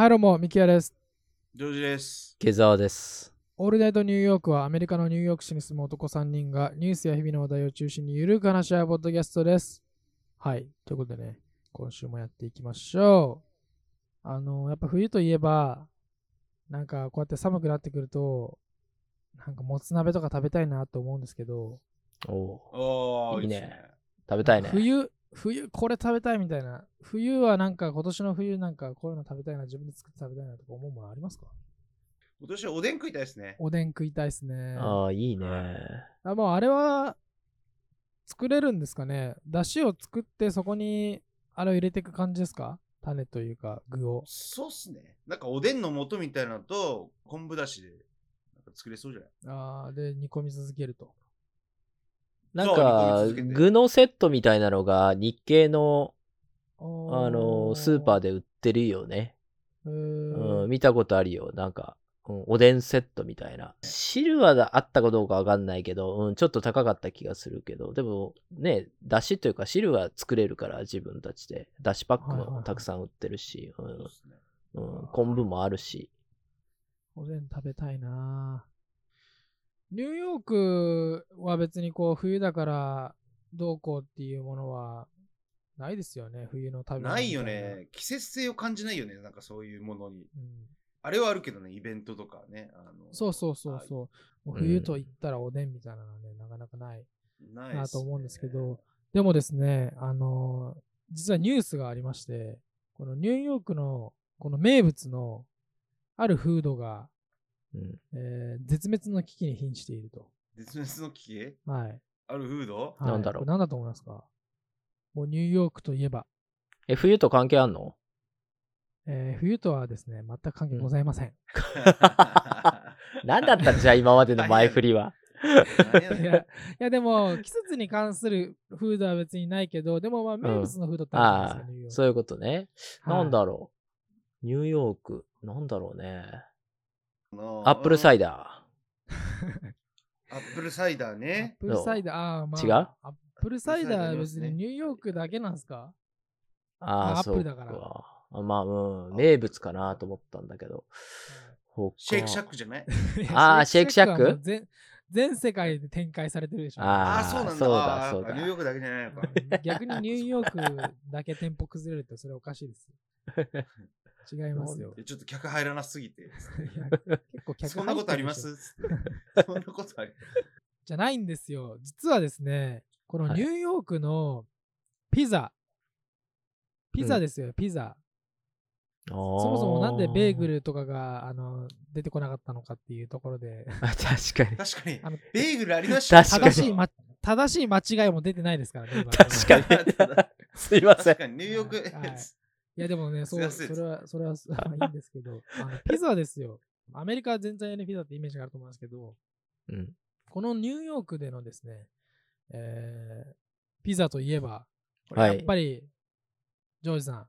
はい、どうも、ミキヤです。 ジョージです。 下沢です。 オールナイトニューヨークはアメリカのニューヨーク市に住む男3人がニュースや日々の話題を中心にゆるく話し合うポッドキャストです。はい、ということでね、今週もやっていきましょう。やっぱ冬といえば、なんかこうやって寒くなってくると、なんかもつ鍋とか食べたいなと思うんですけど、 いいね。 おー、いいですね。 食べたいね。 冬これ食べたいみたいな。冬はなんか今年の冬なんかこういうの食べたいな、自分で作って食べたいなとか思うものありますか？ 今年はおでん食いたいですね。 おでん食いたいですね。 ああ、いいね。 もうあれは作れるんですかね。だしを作ってそこにあれを入れていく感じですか？種というか具を。 そうっすね。なんかおでんの素みたいなのと昆布だしでなんか作れそうじゃない？ で、煮込み続けると。 なんそう煮込みか、 続けて具のセットみたいなのが日系の、スーパーで。 で売ってるよね。 ー見たことあるよ。なんか、おでんセットみたいな。汁はあったかどうかわかんないけど、ちょっと高かった気がするけど、でもね、だしというか汁は作れるから自分たちで。だしパックもたくさん売ってるし、 そうっすね。 昆布もあるし。 おでん食べたいな。ニューヨークは別にこう冬だからどうこうっていうものはないですよね。冬の食べ物みたないよね。季節性を感じないよね。なんかそういうものに。 うんあれはあるけどね、イベントとかね。 そうそう。もう冬と言ったらおでんみたいなのはね、なかなかないないなと思うんですけど、でもですね、実はニュースがありまして、このニューヨークのこの名物のあるフードが、絶滅の危機に瀕していると。 絶滅の危機？ はい。 あるフード？ はい、 なんだろうこれ何だと思いますか？もうニューヨークといえば。 冬と関係あんの？ 冬とはですね、全く関係ございません。 何だったんじゃあ今までの前振りは。 いやでも季節に関するフードは別にないけど、でもまあ名物のフードってあるじゃないですか、ニューヨーク。 そういうことね。 はい、 なんだろう。ニューヨーク、なんだろうね。 アアップルサイダアップルサイダーね。 アップルサイダー、まあ。 違う？ アップルサイダーは別にニューヨークだけなんですか？アップルだから。 まあ、名物かなと思ったんだけど。 シェイクシャックじゃない？ シェイクシャック？ 全世界で展開されてるでしょ。 そうなんだ。そうだ。ニューヨークだけじゃないのか。 逆にニューヨークだけ店舗崩れるとそれおかしいです。違いますよ。 ちょっと客入らなすぎて。 結構客入ってる。 そんなことあります？そんなことありじゃないんですよ。実はですね、このニューヨークのピザですよ、ピザ。そもそもなんでベーグルとかが出てこなかったのかっていうところで確かにベーグルありました。 正しい間違いも出てないですからね。 確かにすいません。 確かにニューヨーク、 いやでもね、それはいいんですけど、ピザですよ。アメリカ全体にピザってイメージがあると思うんですけど、このニューヨークでのですね、ピザといえば、これやっぱり、ジョージさん。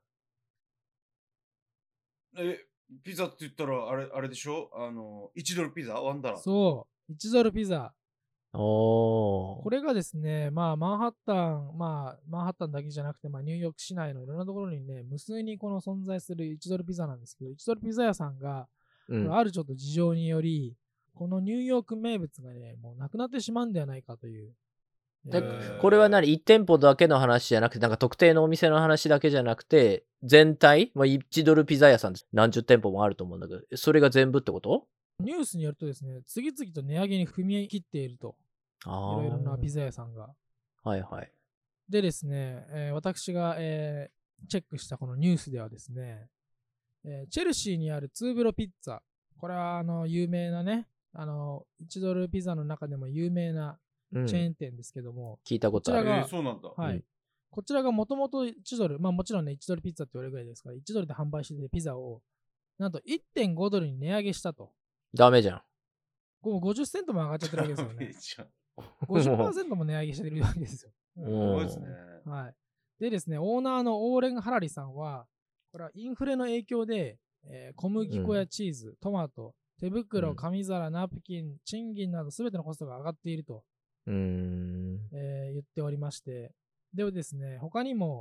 ピザって言ったらあれでしょ？1ドルピザワンダラー。 そう、1ドルピザ。 これがですね、まあマンハッタンだけじゃなくて、ニューヨーク市内のいろんなところにね、無数にこの存在する1ドルピザなんですけど、1ドルピザ屋さんが、あるちょっと事情により、このニューヨーク名物がね、もうなくなってしまうんではないかという。 これは1店舗だけの話じゃなくて、なんか特定のお店の話だけじゃなくて、全体、1ドルピザ屋さん何十店舗もあると思うんだけど、それが全部ってこと？ ニュースによるとですね、次々と値上げに踏み切っていると。いろいろなピザ屋さんが。 はいはい。 でですね、私が、チェックしたこのニュースではですね、チェルシーにあるツーブロピッツァ。これは有名なね、1ドルピザの中でも有名なチェーン店ですけども、 聞いたことある。 そうなんだ。 はい。こちらがもともと1ドル、もちろんね、1ドルピッツァって言われるぐらいですから、1ドルで販売しててピザを、なんと 1.5 ドルに値上げしたと。 ダメじゃん。 もう50セントも上がっちゃってるわけですよね。50% も値上げしてるわけですよ。 すごいですね。 はい。でですね、オーナーのオーレン・ハラリさんは、これはインフレの影響で、小麦粉やチーズ、トマト、手袋、紙皿、ナプキン、賃金など全てのコストが上がっていると、言っておりまして、でもですね、他にも、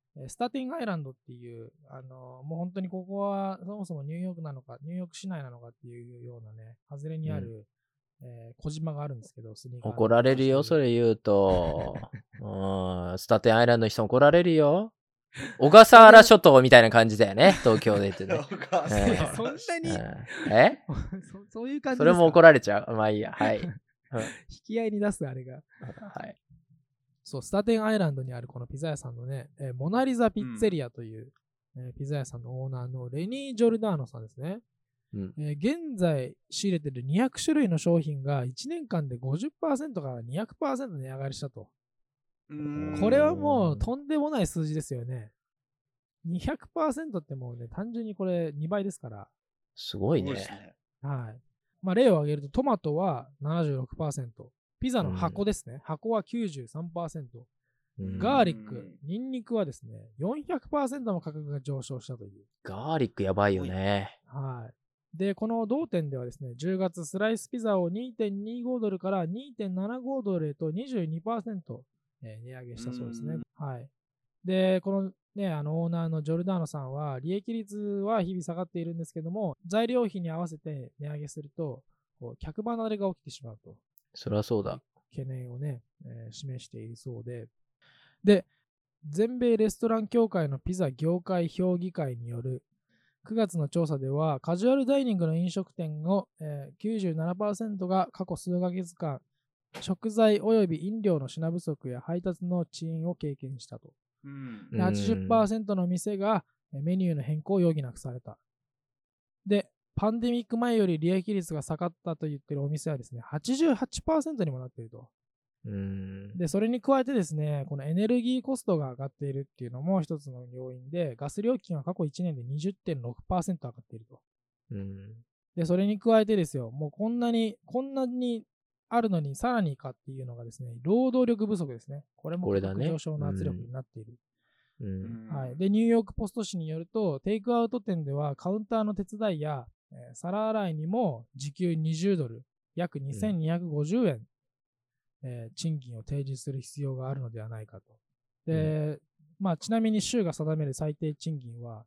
スタテンアイランドっていう、もう本当にここはそもそもニューヨークなのか、ニューヨーク市内なのかっていうようなね、外れにある、小島があるんですけど、スニーカーの怒られるよ、それ言うと。スタテンアイランドの人怒られるよ。小笠原諸島みたいな感じだよね、東京で言ってね。 お母さんいやそんなにそういう感じですか。 それも怒られちゃう。まあいいや。はい。 引き合いに出すあれが。 はい。 そう、スタテンアイランドにあるこのピザ屋さんのね、モナリザピッツェリアという、ピザ屋さんのオーナーのレニー・ジョルダーノさんですね。現在仕入れてる200種類の商品が1年間で 50% から 200% 値上がりしたと。これはもうとんでもない数字ですよね。200% ってもうね、単純にこれ2倍ですから。 すごいね。 はい。まあ、例を挙げると、トマトは 76%、ピザの箱ですね。箱は 93%、ガーリック、ニンニクはですね、400% の価格が上昇したという。 ガーリックやばいよね。 はい。で、この同店ではですね、10月スライスピザを $2.25 ドルから $2.75 ドルへと 22% 値上げしたそうですね。はい。で、このね、オーナーのジョルダーノさんは、利益率は日々下がっているんですけども、材料費に合わせて値上げすると、客離れが起きてしまうと。 そりゃそうだ。 懸念をね、示しているそうで。で、全米レストラン協会のピザ業界評議会による9月の調査では、カジュアルダイニングの飲食店の、97% が過去数ヶ月間、食材及び飲料の品不足や配達の遅延を経験したと。80% の店がメニューの変更を余儀なくされた。で、パンデミック前より利益率が下がったと言っているお店はですね、88% にもなっていると。で、それに加えてですね、このエネルギーコストが上がっているっていうのも一つの要因で、ガス料金は過去1年で 20.6% 上がっていると。で、それに加えてですよ、もうこんなにあるのにさらにかっていうのがですね、労働力不足ですね。これも価格上昇の圧力になっている。はい。で、ニューヨークポスト紙によると、テイクアウト店ではカウンターの手伝いや、皿洗いにも時給20ドル、約2250円、賃金を提示する必要があるのではないかと。で、まあ、ちなみに州が定める最低賃金は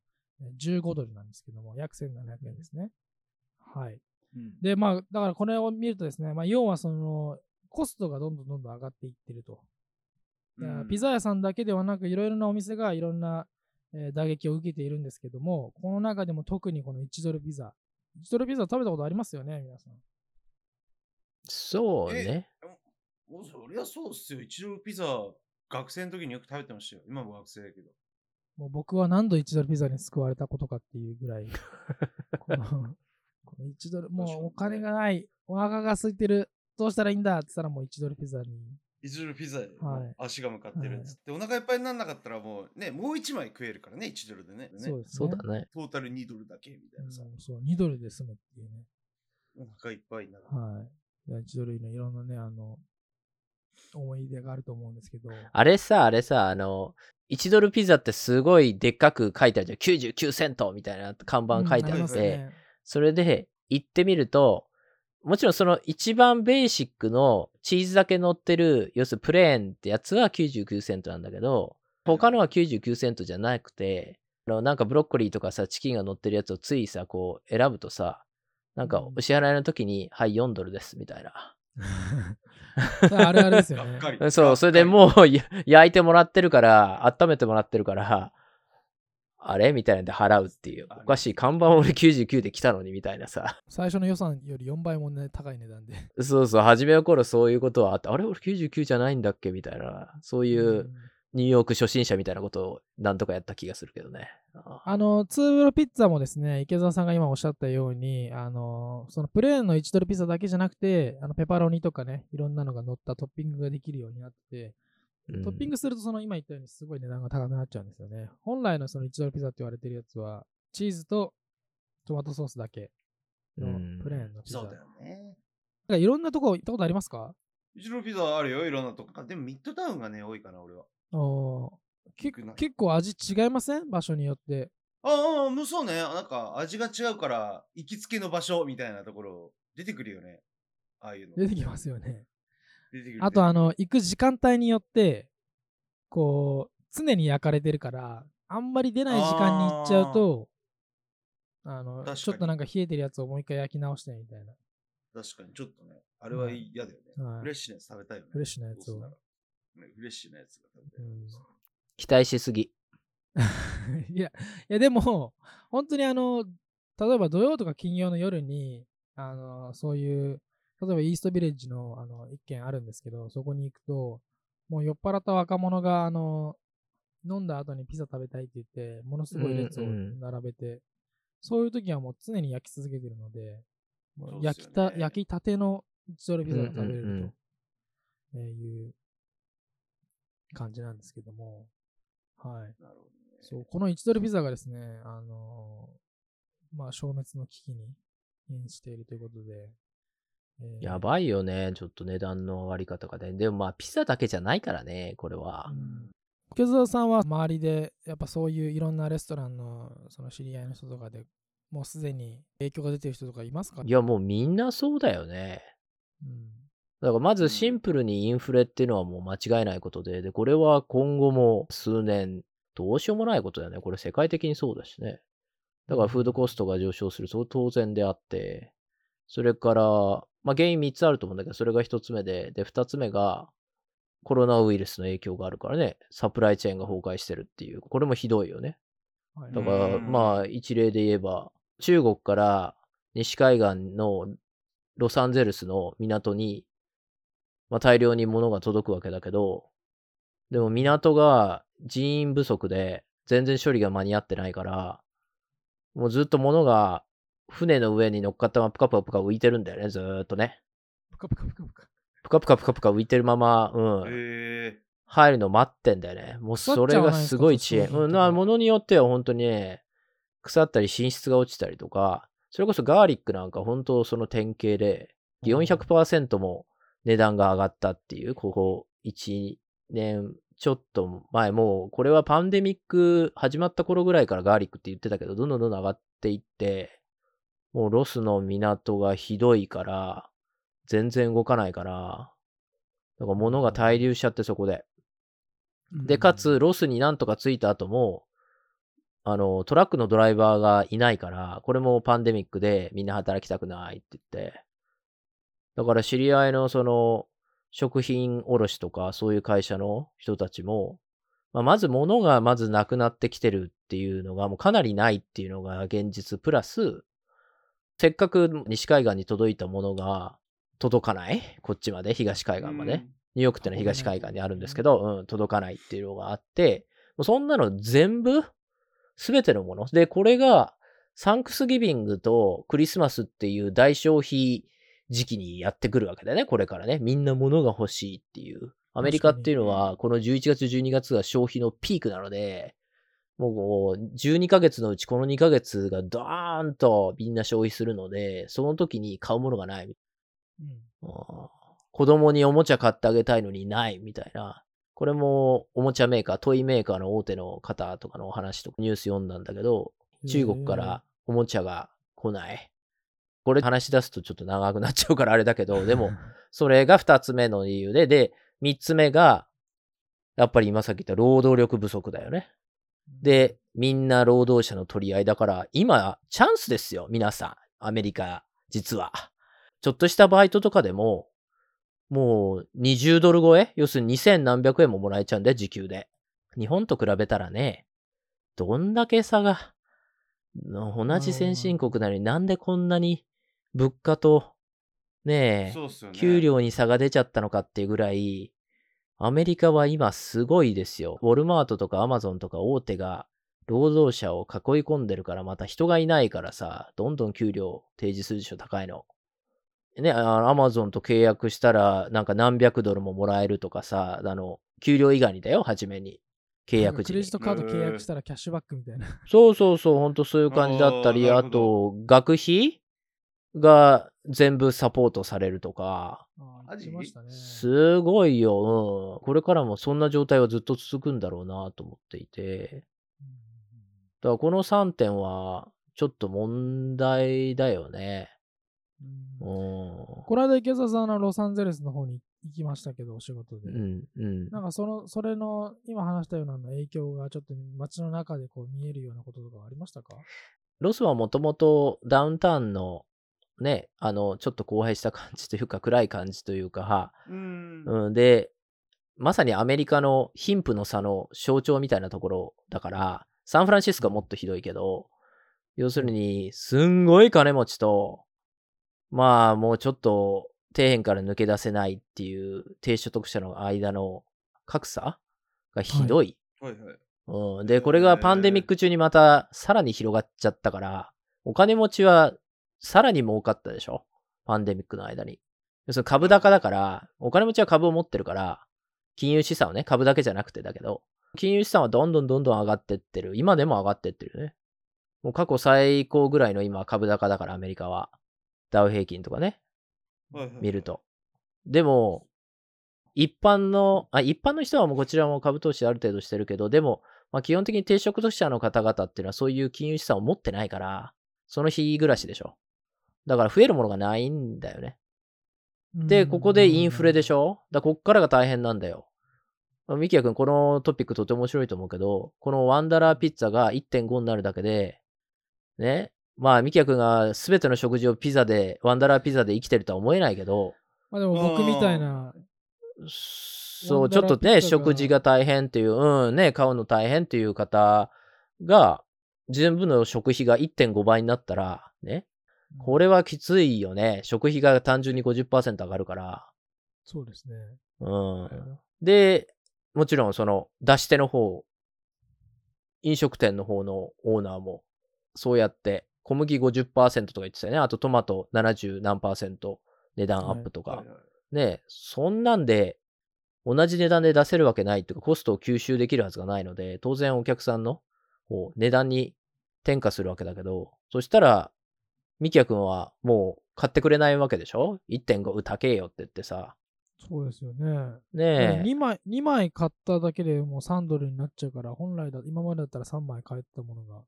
15ドルなんですけども、約1700円ですね。はい。で、まあ、だからこれを見るとですね、まあ、要はその、コストがどんどん上がっていってると。ピザ屋さんだけではなく、いろいろなお店がいろんな、打撃を受けているんですけども、この中でも特にこの1ドルピザ。1ドルピザ食べたことありますよね、皆さん。 そうね。 そりゃそうっすよ。1ドルピザ、学生の時によく食べてましたよ。今も学生だけど。 もう僕は何度1ドルピザに救われたことかっていうぐらい、この1ドル、もうお金がない、お腹が空いてる、どうしたらいいんだって言ったらもう1ドルピザに。 1ドルピザで足が向かってるっつって、お腹いっぱいにならなかったらもうね、もう1枚食えるからね、1ドルでね。 そうですね。 そうだね。 トータル2ドルだけみたいなさ。 そう、2ドルで済むっていうね。 お腹いっぱいになる。 はい。1ドルのいろんなね、思い出があると思うんですけど。 あれさ、1ドルピザってすごいでっかく書いてあるじゃん。99セントみたいな看板書いてあって、それで行ってみると、もちろんその一番ベーシックのチーズだけ乗ってる、要するにプレーンってやつは99セントなんだけど、他のは99セントじゃなくて、なんかブロッコリーとかさ、チキンが乗ってるやつをついさ、こう選ぶとさ、なんかお支払いの時に、はい、4ドルですみたいな。 あれですよね。 そう、それでもう焼いてもらってるから、温めてもらってるから、あれみたいなんで払うっていう。おかしい。看板俺99で来たのにみたいなさ。 最初の予算より4倍もね、高い値段で。 そうそう、初めの頃そういうことはあって、あれ俺99じゃないんだっけみたいな。そういうニューヨーク初心者みたいなことをなんとかやった気がするけどね。 ツーブロピッツァもですね、池澤さんが今おっしゃったように、そのプレーンの1ドルピザだけじゃなくて、ペパロニとかね、いろんなのが乗ったトッピングができるようになってて、トッピングすると今言ったようにすごい値段が高くなっちゃうんですよね。本来のその1ドルピザって言われてるやつは、チーズとトマトソースだけのプレーンのピザ。 そうだよね。 いろんなとこ行ったことありますか ？1ドルピザあるよ、いろんなとこ。でもミッドタウンがね、多いかな、俺は。 結構味違いません？場所によって。 もうそうね。なんか味が違うから、行きつけの場所みたいなところ出てくるよね。ああいうの。 出てきますよね。あと行く時間帯によって、こう、 常に焼かれてるから、あんまり出ない時間に行っちゃうと、ちょ確かに。 っとなんか冷えてるやつをもう一回焼き直してみたいな。 確かに、ちょっとね、あれははい嫌だよね。 はいフレッシュなやつ食べたいよね。 フレッシュなやつをどうせならねフレッシュなやつが食べたい。 うん期待しすぎ。 いやでも、本当に例えば土曜とか金曜の夜に、そういう、例えばイーストビレッジの一軒あるんですけど、そこに行くと、もう酔っ払った若者が、飲んだ後にピザ食べたいって言って、ものすごい列を並べて、そういう時はもう常に焼き続けてるので、もう焼きたての1ドルピザが食べれるという感じなんですけども、はい。 なるほどね。 そうこの1ドルピザがですね、消滅の危機に瀕しているということで、 やばいよね、ちょっと値段の上がり方がね。でもまあ、ピザだけじゃないからね、これは。 池澤さんは周りで、やっぱそういういろんなレストランのその知り合いの人とかでもうすでに影響が出てる人とかいますか？ いや、もうみんなそうだよね。 うんだからまずシンプルにインフレっていうのはもう間違いないことで、これは今後も数年、どうしようもないことだよね。これ世界的にそうだしね。だからフードコストが上昇する、そう当然であって、それから、原因3つあると思うんだけど、それが1つ目で、2つ目が、コロナウイルスの影響があるからね、サプライチェーンが崩壊してるっていう、これもひどいよね。だから一例で言えば、中国から西海岸のロサンゼルスの港に、大量に物が届くわけだけど、でも港が人員不足で全然処理が間に合ってないから、もうずっと物が船の上に乗っかったままプカプカプカ浮いてるんだよね、ずーっとね。 プカプカプカプカ。 プカプカプカプカ浮いてるまま、入るの待ってんだよね。もうそれがすごい遅延。物によっては本当にね、腐ったり品質が落ちたりとか、それこそガーリックなんか本当その典型で、400% も値段が上がったっていう、ここ1年ちょっと前、もうこれはパンデミック始まった頃ぐらいからガーリックって言ってたけど、どんどん上がっていって、もうロスの港がひどいから、全然動かないから、だから物が滞留しちゃってそこで。で、かつロスになんとか着いた後も、トラックのドライバーがいないから、これもパンデミックでみんな働きたくないって言って。だから知り合いのその、食品卸とかそういう会社の人たちも、まず物がまずなくなってきてるっていうのがもうかなりないっていうのが現実プラス、せっかく西海岸に届いたものが届かない。こっちまで、東海岸まで。ニューヨークってのは東海岸にあるんですけど、届かないっていうのがあって、もうそんなの全部、すべてのもの。で、これが、サンクスギビングとクリスマスっていう大消費時期にやってくるわけだよね、これからね。みんな物が欲しいっていう。アメリカっていうのは、この11月、12月が消費のピークなので、もう12ヶ月のうちこの2ヶ月がドーンとみんな消費するので、その時に買うものがない。子供におもちゃ買ってあげたいのにないみたいな。これもおもちゃメーカー、トイメーカーの大手の方とかのお話とかニュース読んだんだけど、中国からおもちゃが来ない。これ話し出すとちょっと長くなっちゃうからあれだけど、でも、それが2つ目の理由で、3つ目が、やっぱり今さっき言った労働力不足だよね。で、みんな労働者の取り合いだから、今、チャンスですよ、皆さん。アメリカ、実は。ちょっとしたバイトとかでも、もう20ドル超え？要するに2000何百円ももらえちゃうんだよ、時給で。日本と比べたらね、どんだけ差が、同じ先進国なのになんでこんなに物価と、ねえ、給料に差が出ちゃったのかっていうぐらい、アメリカは今すごいですよ。ウォルマートとかアマゾンとか大手が労働者を囲い込んでるから、また人がいないからさ、どんどん給料提示するでしょ、高いの。ね、アマゾンと契約したら、なんか何百ドルももらえるとかさ、給料以外にだよ、初めに。契約時に。 クレジットカード契約したらキャッシュバックみたいな。 そう、ほんとそういう感じだったり、あと、学費が全部サポートされるとか。すごいよ、これからもそんな状態はずっと続くんだろうなと思っていて。だからこの3点は、ちょっと問題だよね。 うんうん。 この間池澤さんはロサンゼルスの方に行きましたけど、お仕事で。なんかそれの今話したような影響がちょっと街の中でこう見えるようなこととかありましたか？ ロスはもともとダウンタウンのね、ちょっと荒廃した感じというか、暗い感じというか、で、まさにアメリカの貧富の差の象徴みたいなところだから、サンフランシスコはもっとひどいけど、要するに、すんごい金持ちと、まあ、もうちょっと底辺から抜け出せないっていう低所得者の間の格差がひどい。 はいはい。 で、これがパンデミック中にまたさらに広がっちゃったから、お金持ちはさらに儲かったでしょ、パンデミックの間に。要するに株高だから、お金持ちは株を持ってるから、金融資産をね、株だけじゃなくてだけど、金融資産はどんどん上がってってる。今でも上がってってるね。もう過去最高ぐらいの今株高だからアメリカは。ダウ平均とかね、見ると。でも、一般の人はもうこちらも株投資ある程度してるけど、でも、まあ、基本的に低所得者の方々っていうのはそういう金融資産を持ってないから、その日暮らしでしょ。だから増えるものがないんだよね。で、ここでインフレでしょ。だからこっからが大変なんだよ。ミキヤ君、このトピックとても面白いと思うけど、このワンダラーピッツァが 1.5 になるだけで、ね。まあ、ミキヤ君が全ての食事をワンダラーピザで生きてるとは思えないけど、 まあでも僕みたいな、 そう、ちょっとね、食事が大変っていう、買うの大変っていう方が、全部の食費が 1.5 倍になったら、ね。これはきついよね。食費が単純に 50% 上がるから。 そうですね。 で、もちろんその出し手の方、飲食店の方のオーナーも、そうやって小麦 50% とか言ってたよね。あとトマト70何%値段アップとか。ね、そんなんで同じ値段で出せるわけないっていうか、コストを吸収できるはずがないので、当然お客さんの値段に転嫁するわけだけど、そしたら、ミキヤ君はもう買ってくれないわけでしょ？ 1.5 高えよって言ってさ。 そうですよね。 ねえ。 2枚買っただけでもう3ドルになっちゃうから、本来今までだったら3枚買えたものが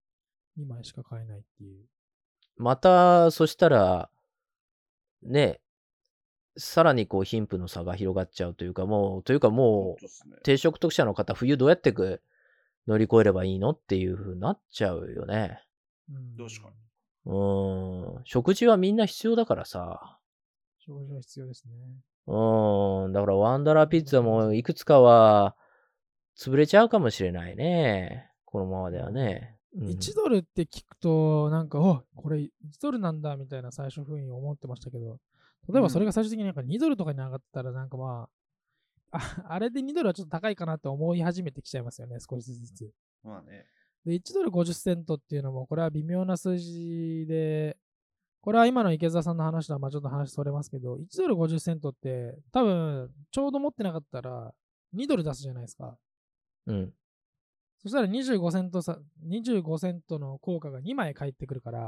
2枚しか買えないっていう。 また、そしたら、ね、さらにこう貧富の差が広がっちゃうというか、もう、低所得者の方、冬どうやって乗り越えればいいのっていう風になっちゃうよね。 確かに。 食事はみんな必要だからさ。 食事は必要ですね。 だからワンダラーピッツァもいくつかは潰れちゃうかもしれないね。このままではね。 1ドルって聞くと、なんか、これ1ドルなんだみたいな最初風に思ってましたけど、例えばそれが最終的になんか2ドルとかに上がったら、なんかまあ、あれで2ドルはちょっと高いかなと思い始めてきちゃいますよね、少しずつ。 まあね。 で、1ドル50セントっていうのも、これは微妙な数字で、これは今の池澤さんの話とはまあちょっと話それますけど、1ドル50セントって多分ちょうど持ってなかったら2ドル出すじゃないですか。そしたら25セント25セントの効果が2枚返ってくるから、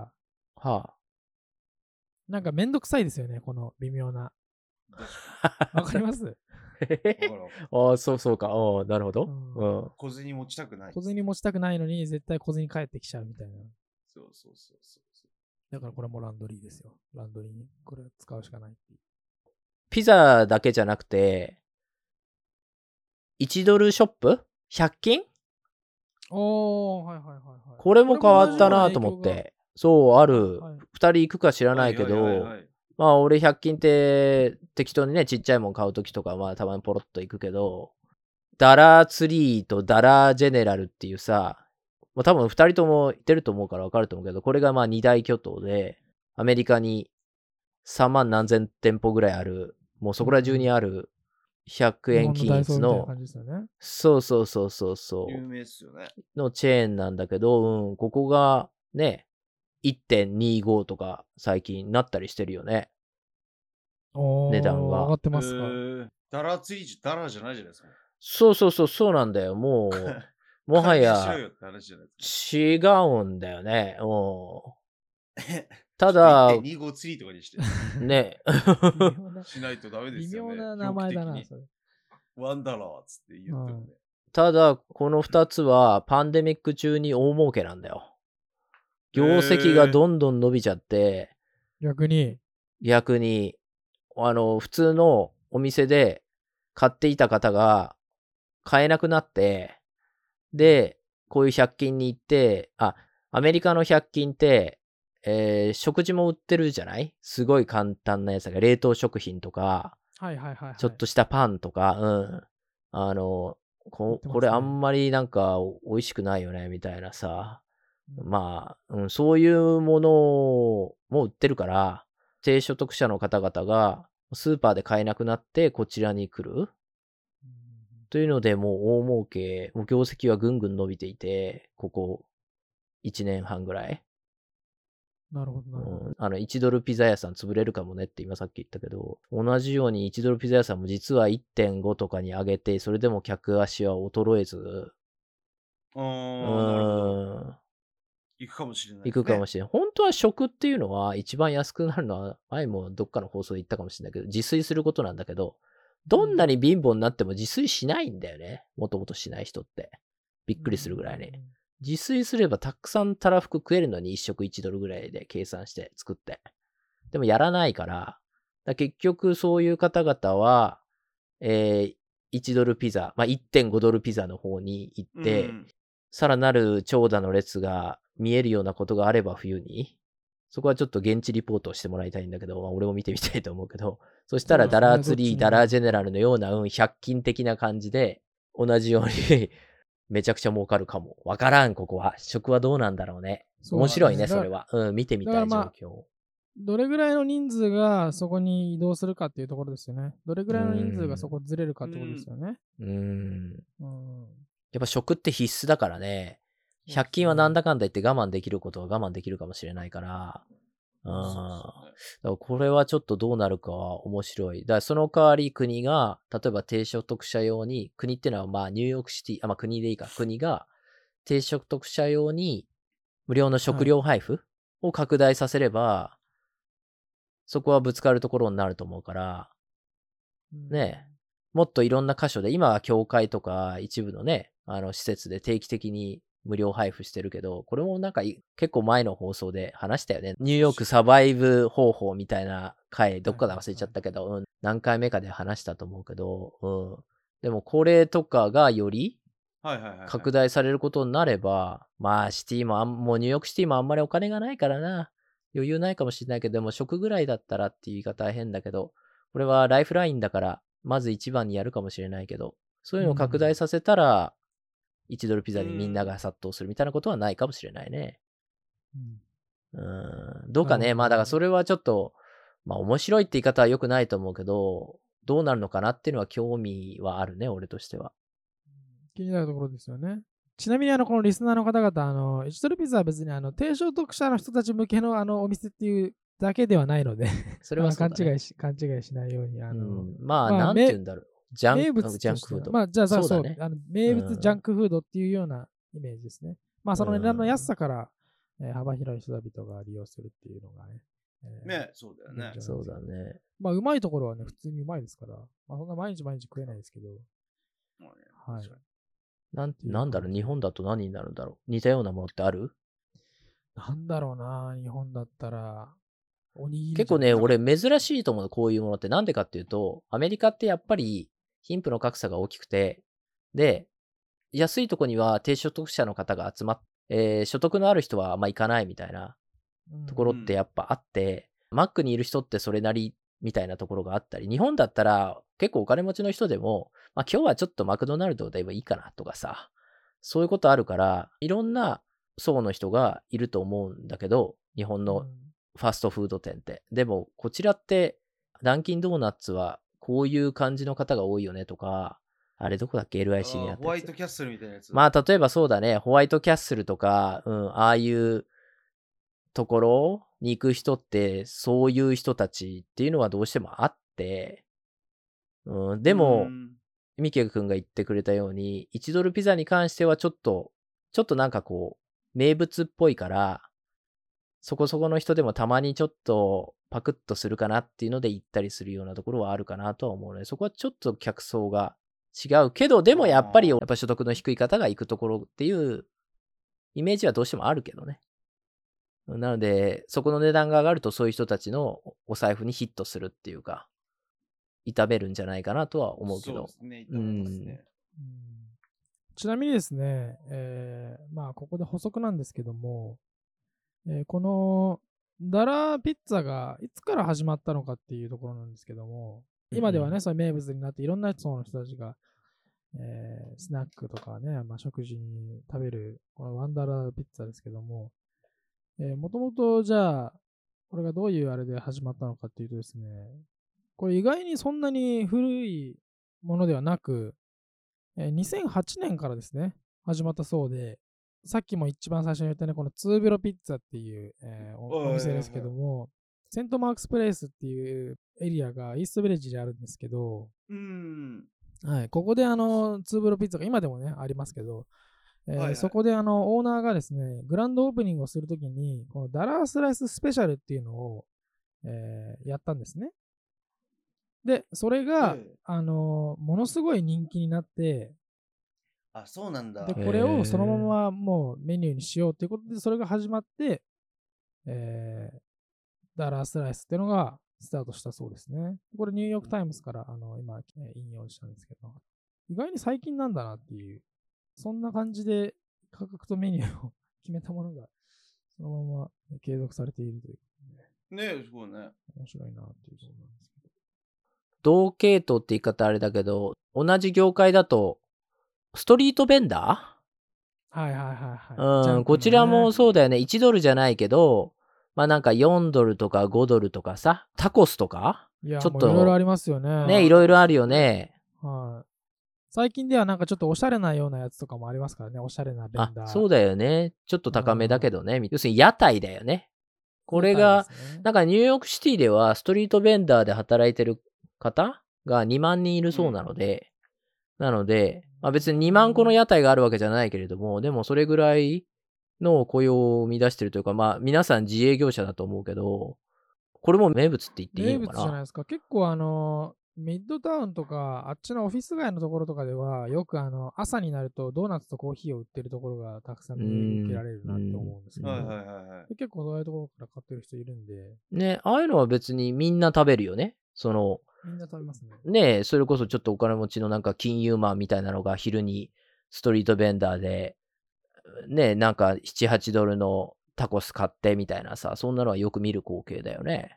なんかめんどくさいですよね、この微妙な。わかりますそうか。なるほど。 小銭持ちたくない。 小銭持ちたくないのに、絶対小銭返ってきちゃうみたいな。 そう。 だからこれもランドリーですよ。ランドリーにこれ使うしかないっていう。 ピザだけじゃなくて、1ドルショップ ?100 均はい。 これも変わったなと思って。そう、ある。2人行くか知らないけど、まあ俺100均って適当にね、ちっちゃいもん買うときとかまあたまにポロッと行くけど、ダラーツリーとダラージェネラルっていうさ、まあ、多分2人とも行ってると思うから分かると思うけど、これがまあ2大巨頭で、アメリカに3万何千店舗ぐらいある、もうそこら中にある100円均一の、そう有名っすよね。 のチェーンなんだけど、ここがね、1.25 とか最近なったりしてるよね。値段が。 上がってますか。 ダラーツリーダラーじゃないじゃないですか。 そうなんだよ。もはや、違うんだよね。ただ、 1.25ツリーとかにして。 ね。 しないとダメですよね。 微妙な名前だな、それ。 ワンダラーっつって言ってもね。 ただ、この2つはパンデミック中に大儲けなんだよ。業績がどんどん伸びちゃって、 逆に。 逆に、普通のお店で買っていた方が買えなくなって、で、こういう100均に行って、アメリカの100均って、食事も売ってるじゃない？すごい簡単なやつが、冷凍食品とか、 はいはいはいはい。 ちょっとしたパンとか、 売ってますねこれあんまりなんか美味しくないよね、みたいなさ。 うんまあ、そういうものも売ってるから、低所得者の方々がスーパーで買えなくなってこちらに来るというので、もう大儲け、もう業績はぐんぐん伸びていて、ここ1年半ぐらい。 なるほどなるほど。 1ドルピザ屋さん潰れるかもねって今さっき言ったけど、同じように1ドルピザ屋さんも実は 1.5 とかに上げて、それでも客足は衰えず、 なるほど。行くかもしれないですね。 行くかもしれない。本当は食っていうのは一番安くなるのは、前もどっかの放送で言ったかもしれないけど、自炊することなんだけど、どんなに貧乏になっても自炊しないんだよね。もともとしない人って。びっくりするぐらいに。自炊すればたくさんたらふく食えるのに1食1ドルぐらいで計算して作って。でもやらないから、結局そういう方々は、1ドルピザ、1.5 ドルピザの方に行って、さらなる長蛇の列が見えるようなことがあれば冬に、そこはちょっと現地リポートをしてもらいたいんだけど、俺も見てみたいと思うけど、そしたらダラーツリー、ダラージェネラルのような、100均的な感じで、同じようにめちゃくちゃ儲かるかも。わからん、ここは。食はどうなんだろうね。面白いね、それは。見てみたい状況。 どれぐらいの人数がそこに移動するかっていうところですよね。どれぐらいの人数がそこずれるかってことですよね。 やっぱ食って必須だからね。100均はなんだかんだ言って我慢できることは我慢できるかもしれないから。だからこれはちょっとどうなるかは面白い。だからその代わり国が、例えば低所得者用に、国ってのはニューヨークシティ、国でいいか、国が低所得者用に無料の食料配布を拡大させれば、そこはぶつかるところになると思うから、ねえ、もっといろんな箇所で、今は教会とか一部のね、施設で定期的に無料配布してるけど、これもなんか結構前の放送で話したよね。ニューヨークサバイブ方法みたいな回、どっかで忘れちゃったけど、何回目かで話したと思うけど、でもこれとかがより拡大されることになれば、シティももうニューヨークシティもあんまりお金がないからな。余裕ないかもしれないけど、でも食ぐらいだったらっていう言い方は変だけど、これはライフラインだから、まず一番にやるかもしれないけど、そういうのを拡大させたら、1ドルピザにみんなが殺到するみたいなことはないかもしれないね。どうかね。だからそれはちょっと、面白いって言い方は良くないと思うけど、どうなるのかなっていうのは興味はあるね、俺としては。 気になるところですよね。ちなみにこのリスナーの方々、1ドルピザは別に低所得者の人たち向けのお店っていうだけではないので、 それはそうだね。 勘違いしないように。 なんて言うんだろう。 名物ジャンクフード。 じゃあそうね。 名物ジャンクフードっていうようなイメージですね。その値段の安さから、幅広い人々が利用するっていうのがね。 ね、そうだよね。 そうだね。 うまいところはね、普通にうまいですから、そんな毎日食えないですけど。はい。 なんだろう、日本だと何になるんだろう。似たようなものってある？ なんだろうな、日本だったら。 結構ね、俺珍しいと思う、こういうものって。なんでかっていうと、アメリカってやっぱり貧富の格差が大きくて、で、安いとこには低所得者の方が集まって、所得のある人は行かないみたいなところってやっぱあって、マックにいる人ってそれなりみたいなところがあったり、日本だったら結構お金持ちの人でも、今日はちょっとマクドナルドでもいいかなとかさ、そういうことあるから、いろんな層の人がいると思うんだけど、日本のファストフード店って。でも、こちらって、ダンキンドーナツはこういう感じの方が多いよねとか、あれどこだっけ ?LIC にあったホワイトキャッスルみたいなやつ。 例えばそうだね、ホワイトキャッスルとか、ああいうところに行く人って、そういう人たちっていうのはどうしてもあって、でも、ミケ君が言ってくれたように、1ドルピザに関してはちょっとなんかこう、名物っぽいから、そこそこの人でもたまにちょっとパクッとするかなっていうので行ったりするようなところはあるかなとは思うので、そこはちょっと客層が違うけど、でもやっぱり所得の低い方が行くところっていうイメージはどうしてもあるけどね。 なので、そこの値段が上がるとそういう人たちのお財布にヒットするっていうか、痛めるんじゃないかなとは思うけど。 そうですね。いいと思いますね。 ちなみにですね、まあここで補足なんですけども、このダラピッツァがいつから始まったのかっていうところなんですけども、今ではね、それ名物になっていろんな層の人たちが、スナックとかね、まあ、食事に食べるこのワンダラピッツァですけども、もともとじゃあ、これがどういうあれで始まったのかっていうとですね、これ意外にそんなに古いものではなく、2008年からですね、始まったそうで、さっきも一番最初に言ったね、このツーベロピッツァっていう、お店ですけども、セントマークスプレイスっていうエリアがイーストビレッジであるんですけど、はい、ここでツーベロピッツァが今でもね、ありますけど、そこでオーナーがですね、グランドオープニングをするときに、このダラースライススペシャルっていうのを、やったんですね。で、それが、ものすごい人気になって、 あ、そうなんだ。 で、これをそのままもうメニューにしようということで、それが始まって、ダラースライスっていうのがスタートしたそうですね。これニューヨークタイムズから今引用したんですけど、意外に最近なんだなっていう、そんな感じで価格とメニューを決めたものがそのまま継続されているということで。ねえ、すごいね。 面白いなっていうことなんですけど。 同系統って言い方あれだけど、同じ業界だと、ストリートベンダーはいはいはいはい。うん、こちらもそうだよね。1ドルじゃないけど、まあなんか4ドルとか5ドルとかさ、タコスとかいや、 ちょっといろいろありますよね。 ね、いろいろあるよね。 はい。最近ではなんかちょっとおしゃれなようなやつとかもありますからね。おしゃれなベンダー。 そうだよね。ちょっと高めだけどね。要するに屋台だよね。これが、なんかニューヨークシティではストリートベンダーで働いてる方が2万人いるそうなので、まあ別に2万個の屋台があるわけじゃないけれども、でもそれぐらいの雇用を生み出してるというか、まあ皆さん自営業者だと思うけど、これも名物って言っていいのかな？ 名物じゃないですか。結構ミッドタウンとか、あっちのオフィス街のところとかでは、よく朝になるとドーナツとコーヒーを売ってるところがたくさん見受けられるなって思うんですけど、結構そういうところから買ってる人いるんで。 ね、ああいうのは別にみんな食べるよね。 みんな食べますね。 ねえ、それこそちょっとお金持ちのなんか金融マンみたいなのが昼にストリートベンダーで、ねえ、なんか7、8ドルのタコス買ってみたいなさ、そんなのはよく見る光景だよね。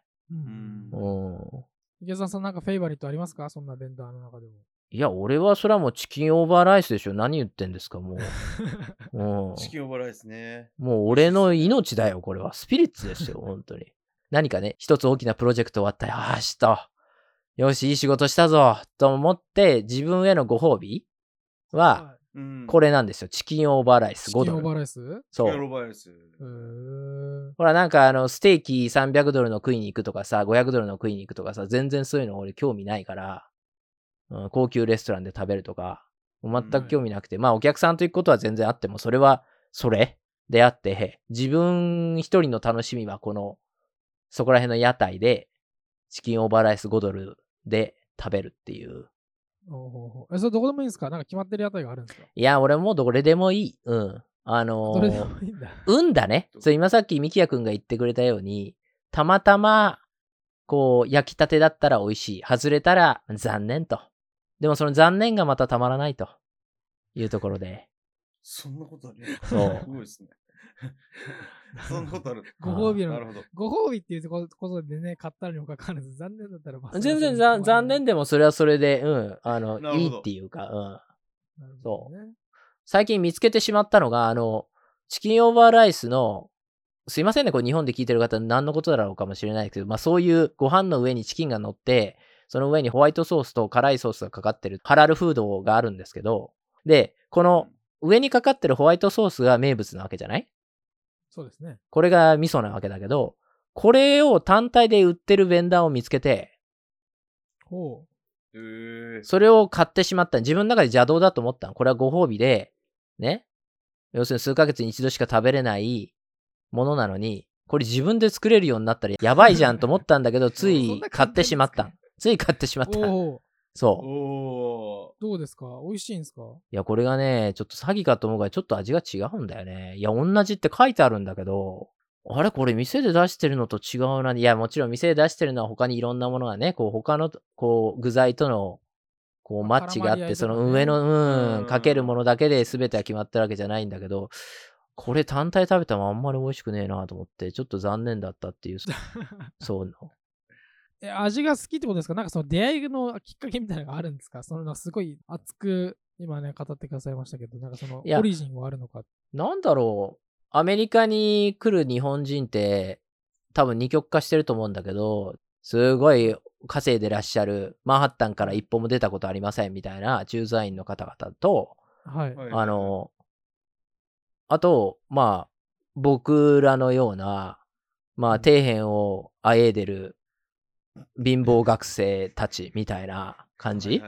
池澤さんなんかフェイバリットありますか？そんなベンダーの中でも。 いや、俺はそれはもうチキンオーバーライスでしょ。何言ってんですか、もう。 チキンオーバーライスね。 もう俺の命だよ、これは。スピリッツですよ、本当に。何かね、一つ大きなプロジェクト終わったら、よし、いい仕事したぞ、と思って、自分へのご褒美は、これなんですよ。チキンオーバーライス5ドル。 チキンオーバーライス？ そう。 チキンオーバーライス。 ほら、なんかステーキ300ドルの食いに行くとかさ、500ドルの食いに行くとかさ、全然そういうの俺興味ないから、高級レストランで食べるとか、全く興味なくて、まあお客さんと行くことは全然あっても、それはそれであって、自分一人の楽しみはそこら辺の屋台で、チキンオーバーライス5ドルで食べるっていう。 それどこでもいいんですか？なんか決まってる屋台があるんですか？ いや、俺もうどれでもいい。どれでもいいんだ。 運だね。今さっきミキヤくんが言ってくれたように、たまたま、焼きたてだったら美味しい。外れたら残念と。でもその残念がまたたまらないというところで。 そんなことある？ そう。 すごいですね。そんなことある。 ご褒美の、 なるほど。 ご褒美っていうことでね、買ったのにもかかわらず、残念だったら全然残念でもそれはそれで、いいっていうか、そう。最近見つけてしまったのが、チキンオーバーライスの、すいませんね、これ日本で聞いてる方何のことだろうかもしれないけど、まあそういうご飯の上にチキンが乗って、その上にホワイトソースと辛いソースがかかってるハラルフードがあるんですけど、で、この上にかかってるホワイトソースが名物なわけじゃない？ そうですね。 これが味噌なわけだけど、これを単体で売ってるベンダーを見つけて、それを買ってしまった。自分の中で邪道だと思ったの。これはご褒美で、ね。要するに数ヶ月に一度しか食べれないものなのに、これ自分で作れるようになったらやばいじゃんと思ったんだけど、つい買ってしまった。そう。 どうですか？美味しいんですか？ いや、これがね、ちょっと詐欺かと思うからちょっと味が違うんだよね。いや、同じって書いてあるんだけど、 あれこれ店で出してるのと違うな。いや、もちろん店で出してるのは他にいろんなものがね、こう他のこう具材とのこうマッチがあって、その上の、かけるものだけで全ては決まってるわけじゃないんだけど、これ単体食べたらあんまり美味しくねえなと思って、ちょっと残念だったっていう、そうの。 味が好きってことですか？なんかその出会いのきっかけみたいなのがあるんですか？そのすごい熱く今ね語ってくださいましたけど、なんかそのオリジンはあるのか。 なんだろう、アメリカに来る日本人って多分二極化してると思うんだけど、すごい稼いでらっしゃる、マンハッタンから一歩も出たことありませんみたいな駐在員の方々と、 はい。 あと、まあ、僕らのような、まあ、底辺をあえいでる貧乏学生たちみたいな感じ。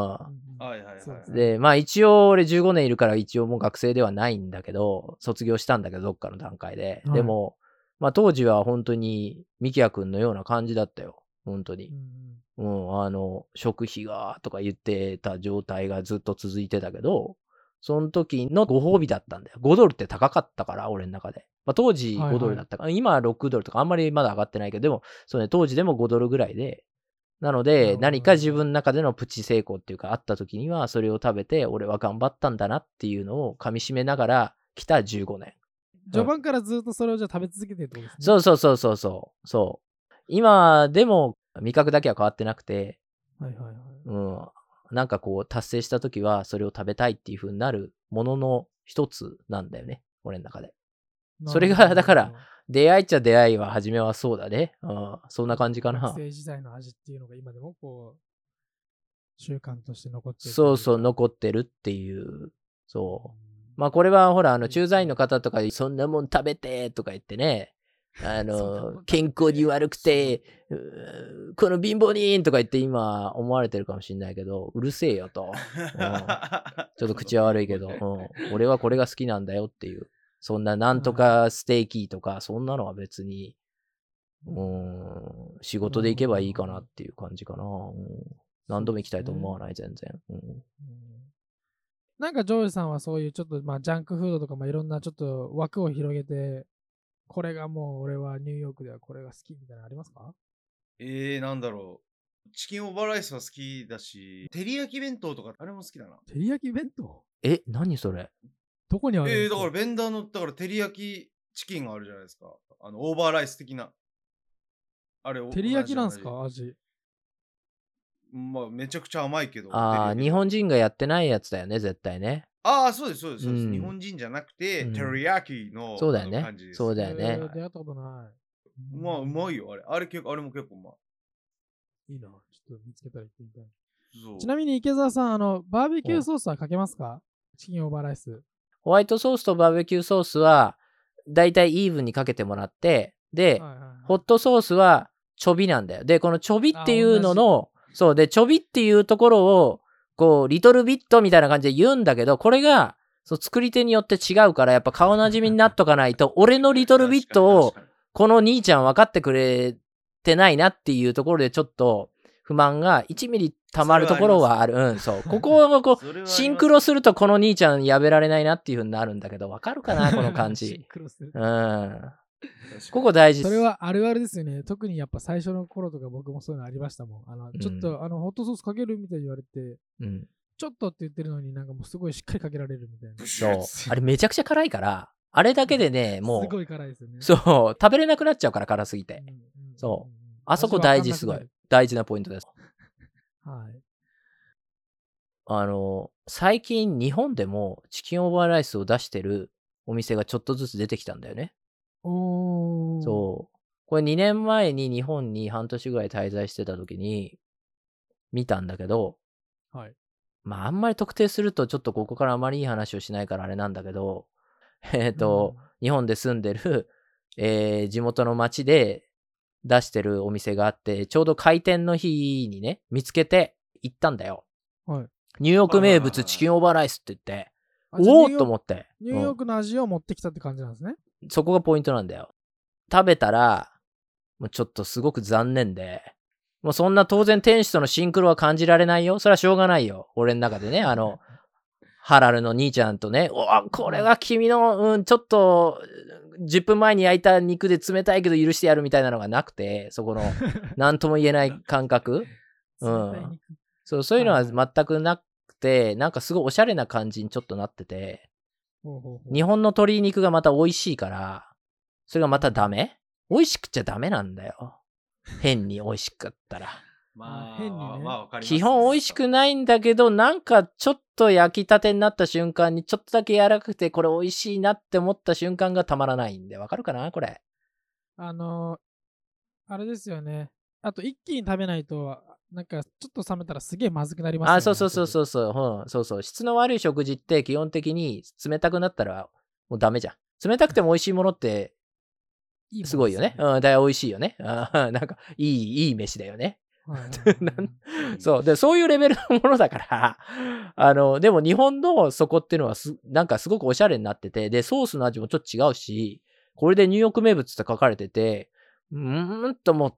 で、まあ一応俺15年いるから一応もう学生ではないんだけど、卒業したんだけど、どっかの段階で。でも、まあ当時は本当に、ミキヤ君のような感じだったよ。本当に。食費がとか言ってた状態がずっと続いてたけど、その時のご褒美だったんだよ。5ドルって高かったから、俺の中で。まあ、当時5ドルだったから、今は6ドルとかあんまりまだ上がってないけど、でも、そうね、当時でも5ドルぐらいで、なので、何か自分の中でのプチ成功っていうかあった時には、それを食べて、俺は頑張ったんだなっていうのを噛み締めながら来た15年。 序盤からずっとそれをじゃあ食べ続けてるってことですね。 そう。今でも味覚だけは変わってなくて、なんかこう達成した時はそれを食べたいっていう風になるものの一つなんだよね、俺の中で。それがだから出会いっちゃ出会いは初めはそうだね。そんな感じかな。 学生時代の味っていうのが今でもこう習慣として残ってる。 そう、残ってるっていう。そう。まあこれはほら駐在員の方とかそんなもん食べてとか言ってね。健康に悪くて、この貧乏人とか言って今思われてるかもしれないけど、うるせえよと。ちょっと口は悪いけど、俺はこれが好きなんだよっていう。そんななんとかステーキとか、そんなのは別に、仕事で行けばいいかなっていう感じかな。何度も行きたいと思わない、全然。 なんかジョージさんはそういうちょっとまあジャンクフードとかいろんなちょっと枠を広げて、これがもう俺はニューヨークではこれが好きみたいなのありますか？ なんだろう。チキンオーバーライスは好きだし、照り焼き弁当とかあれも好きだな。 照り焼き弁当？ 何それ？ どこにあるんですか？ だからベンダーの、だから照り焼きチキンがあるじゃないですか。オーバーライス的な。あれ、 照り焼きなんですか？味。 まあ、めちゃくちゃ甘いけど。 日本人がやってないやつだよね、絶対ね。 そうです。日本人じゃなくて、照り焼きのそうだよね。 感じです。 そうだよね。 出会ったことない。 まあ、うまいよ、あれ。あれも結構うまい。 いいな。ちょっと見つけたら行ってみたい。ちなみに池澤さん、バーベキューソースはかけますか？チキンオーバーライス。 ホワイトソースとバーベキューソースは、だいたいイーブンにかけてもらって、で、ホットソースはちょびなんだよ。で、このちょびっていうのの、そうで、ちょびっていうところを、こう、リトルビットみたいな感じで言うんだけど、これが、作り手によって違うから、やっぱ顔なじみになっとかないと、俺のリトルビットを、この兄ちゃん分かってくれてないなっていうところで、ちょっと不満が1ミリ溜まるところはある。そう。ここをこう、シンクロするとこの兄ちゃんやべられないなっていう風になるんだけど、分かるかなこの感じ。シンクロする。ここ大事。 それはあるあるですよね。特にやっぱ最初の頃とか僕もそういうのありましたもん。ちょっとホットソースかけるみたいに言われて、ちょっとって言ってるのになんかもうすごいしっかりかけられるみたいな。 そう。あれめちゃくちゃ辛いから、あれだけでね、もう。 すごい辛いですよね。 そう。食べれなくなっちゃうから、辛すぎて。そう。あそこ大事、すごい。大事なポイントです。 はい。 最近日本でもチキンオーバーライスを出してるお店がちょっとずつ出てきたんだよね。そう。これ2年前に日本に半年ぐらい滞在してた時に見たんだけど、 はい。 まああんまり特定するとちょっとここからあまりいい話をしないからあれなんだけど、日本で住んでる、地元の町で出してるお店があって、ちょうど開店の日にね、見つけて行ったんだよ。 はい。 ニューヨーク名物チキンオーバーライスって言って、おおと思って。 ニューヨークの味を持ってきたって感じなんですね。 そこがポイントなんだよ。食べたら、もうちょっとすごく残念で、もうそんな当然店主とのシンクロは感じられないよ。それはしょうがないよ。俺の中でね、ハラルの兄ちゃんとね、これは君の、ちょっと 10分前に焼いた肉で冷たいけど許してやるみたいなのがなくて、そこの、なんとも言えない感覚。 冷たい肉。 そういうのははい全くなくて、なんかすごいおしゃれな感じにちょっとなってて、 ほうほうほう日本の鶏肉がまた美味しいから、それがまたダメ？美味しくちゃダメなんだよ。変に美味しかったら。 まあ、 変にねまあ、わかります、 基本美味しくないんだけど、なんかちょっと焼きたてになった瞬間にちょっとだけ柔らかくてこれ美味しいなって思った瞬間がたまらないんで、わかるかなこれ。 あれですよね。あと一気に食べないと、なんかちょっと冷めたらすげえまずくなりますよね。 そうそう。質の悪い食事って基本的に冷たくなったらもうダメじゃん。冷たくても美味しいものっていいものすごいよね。 ですよだい美味しいよね。なんかいい飯だよね。 はいはいはいなんそう。で、そういうレベルのものだからでも日本のそこっていうのはなんかすごくおしゃれになってて、で、ソースの味もちょっと違うし、これでニューヨーク名物って書かれてて、と思って、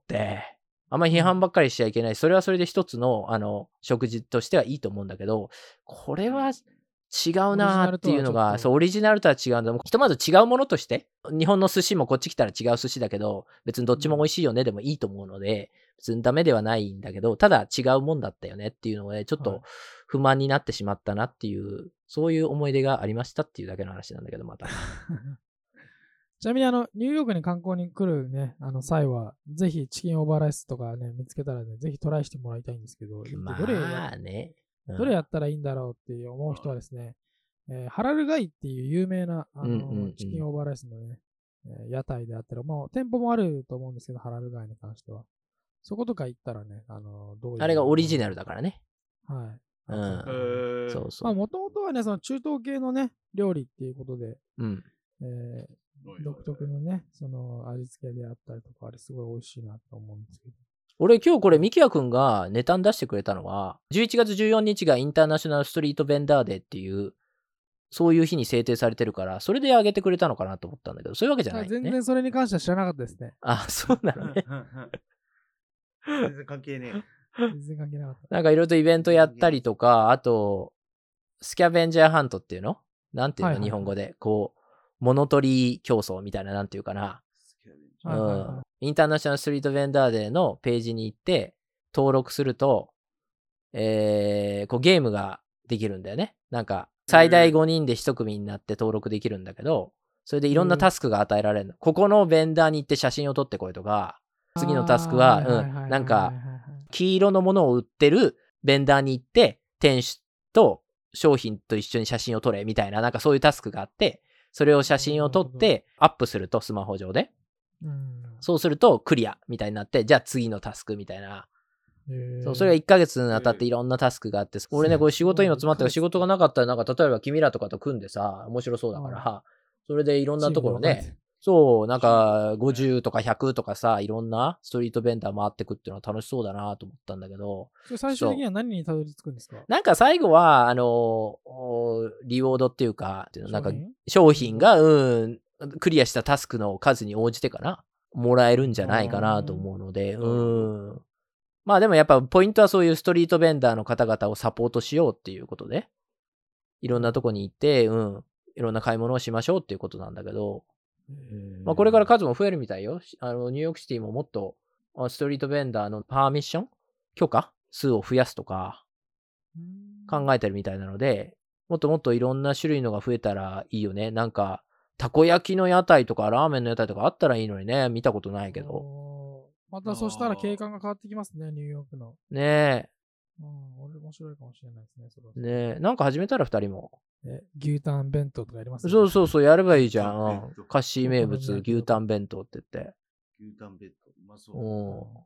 あんまり批判ばっかりしちゃいけない。それはそれで一つの、食事としてはいいと思うんだけど、これは違うなーっていうのが、そう、オリジナルとは違うんだ。ひとまず違うものとして、日本の寿司もこっち来たら違う寿司だけど、別にどっちも美味しいよねでもいいと思うので、別にダメではないんだけど、ただ違うもんだったよねっていうので、ちょっと不満になってしまったなっていう、そういう思い出がありましたっていうだけの話なんだけど、また。 ちなみにニューヨークに観光に来るね、際は、ぜひチキンオーバーライスとかね、見つけたらね、ぜひトライしてもらいたいんですけど、 まどれあね。 どれやったらいいんだろうって思う人はですね、ハラルガイっていう有名なチキンオーバーライスのね、屋台であったら、もう店舗もあると思うんですけど、ハラルガイに関しては。そことか行ったらね、どういう。 あれがオリジナルだからね。 はい。 そうそう。 まあ、もともとはね、その中東系のね、料理っていうことで、独特のね、その味付けであったりとか、あれすごい美味しいなと思うんですけど。 俺今日これミキヤくんがネタに出してくれたのは、11月14日がインターナショナルストリートベンダーデーっていう、そういう日に制定されてるから、それであげてくれたのかなと思ったんだけど、そういうわけじゃない、ね。 全然それに関しては知らなかったですね。 そうなのね。 全然関係ねえ。 全然関係なかった。 なんかいろいろとイベントやったりとか、あと、スキャベンジャーハントっていうのなんていうの、日本語で。こう、物取り競争みたいな、なんていうかな。インターナショナルストリートベンダーデーのページに行って、登録すると、こうゲームができるんだよね。なんか、最大5人で1組になって登録できるんだけど、それでいろんなタスクが与えられるの。ここのベンダーに行って写真を撮ってこいとか、次のタスクは、なんか、黄色のものを売ってるベンダーに行って、店主と商品と一緒に写真を撮れみたいな、なんかそういうタスクがあって、それを写真を撮ってアップすると、スマホ上で。そうするとクリアみたいになって、じゃあ次のタスクみたいな。それが1ヶ月にあたっていろんなタスクがあって、俺ね、これ仕事今詰まってる仕事がなかったら、なんか例えば君らとかと組んでさ、面白そうだから、それでいろんなところね、そう、なんか50とか100とかさ、いろんなストリートベンダー回ってくっていうのは楽しそうだなと思ったんだけど。 それ最終的には何にたどり着くんですか？ なんか最後は、リウォードっていうか、なんか商品が、クリアしたタスクの数に応じてかな、もらえるんじゃないかなと思うので、まあでもやっぱポイントはそういうストリートベンダーの方々をサポートしようっていうことで、いろんなとこに行って、いろんな買い物をしましょうっていうことなんだけど、まあこれから数も増えるみたいよ。ニューヨークシティももっとストリートベンダーのパーミッション許可数を増やすとか考えてるみたいなので、もっともっといろんな種類のが増えたらいいよね。なんか、たこ焼きの屋台とかラーメンの屋台とかあったらいいのにね。見たことないけど。 またそしたら景観が変わってきますね、ニューヨークの。 ねえ。 俺面白いかもしれないですね。 ねえ、なんか始めたら2人も。 牛タン弁当とかやりますね。そう、やればいいじゃん。カッシー名物、牛タン弁当って言って。 牛タン弁当、うまそう。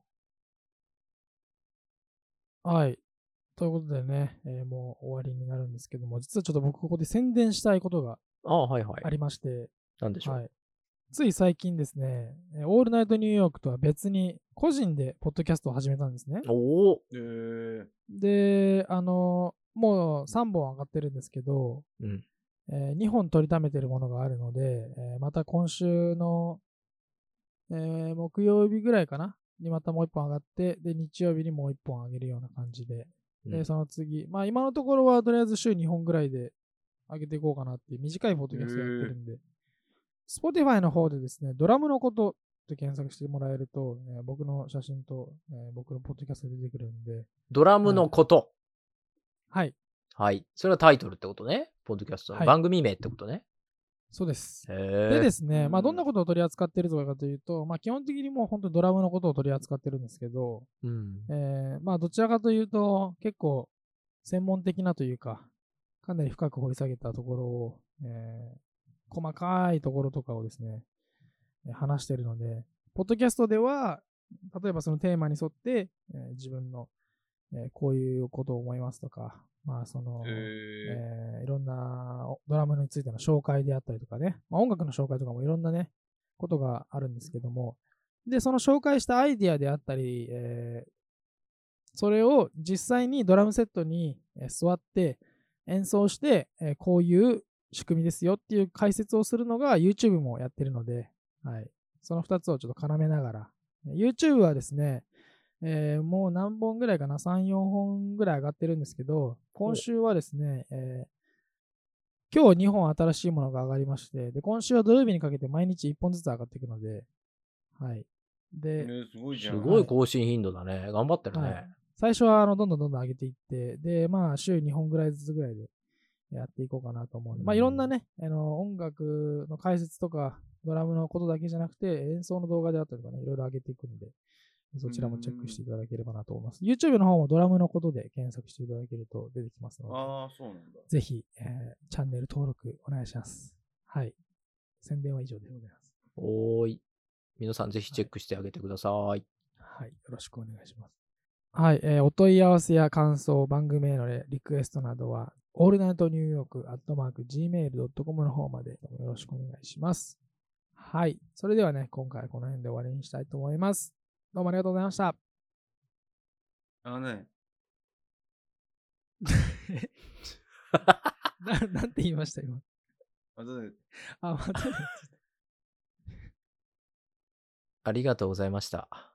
はい。ということでね、もう終わりになるんですけども、実はちょっと僕ここで宣伝したいことがありまして、 なんでしょう。 つい最近ですね、オールナイトニューヨークとは別に個人でポッドキャストを始めたんですね。で、もう3本上がってるんですけど、2本取りためてるものがあるので、また今週の、木曜日ぐらいかなにまたもう1本上がって、で、日曜日にもう1本上げるような感じで、で、その次、まあ今のところはとりあえず週2本ぐらいで上げていこうかなっていう短いポッドキャストやってるんで、 Spotify の方でですね、ドラムのことって検索してもらえると、僕の写真と、僕のポッドキャスト出てくるんで、 ドラムのこと。 はい、 はい。それはタイトルってことね。ポッドキャストの、 はい番組名ってことね。 そうです。 へでですね、 うんどんなことを取り扱っているかというと、基本的にもう本当ドラムのことを取り扱ってるんですけど、 うん。 どちらかというと、結構専門的なというか、かなり深く掘り下げたところを、細かいところとかをですね、話しているので、ポッドキャストでは、例えばそのテーマに沿って、自分の、こういうことを思いますとか、いろんなドラムについての紹介であったりとかね、音楽の紹介とかもいろんなね、ことがあるんですけども、で、その紹介したアイディアであったり、それを実際にドラムセットに座って演奏して、こういう仕組みですよっていう解説をするのが YouTube もやってるので、はい、その2つをちょっと絡めながら、YouTube はですね、もう何本ぐらいかな、3、4本ぐらい上がってるんですけど、今週はですね、今日2本新しいものが上がりまして、で、今週は土曜日にかけて毎日1本ずつ上がっていくので、はい。で、 すごいじゃん。 すごい更新頻度だね。頑張ってるね。 はい最初はどんどん上げていって、で、週2本ぐらいずつぐらいでやっていこうかなと思うので、いろんなね、音楽の解説とか、ドラムのことだけじゃなくて、演奏の動画であったりとかね、いろいろ上げていくので、そちらもチェックしていただければなと思います。YouTube の方もドラムのことで検索していただけると出てきますので、 ああ、そうなんだ。 ぜひ、チャンネル登録お願いします。はい。宣伝は以上でございます。 おーい。皆さんぜひチェックしてあげてください。 はい。よろしくお願いします。はい。お問い合わせや感想、番組へのリクエストなどは、オールナイトニューヨーク@gmail.com の方までよろしくお願いします。はい。それではね、今回はこの辺で終わりにしたいと思います。どうもありがとうございました。なんて言いました今。 またね。 またね。 ありがとうございました。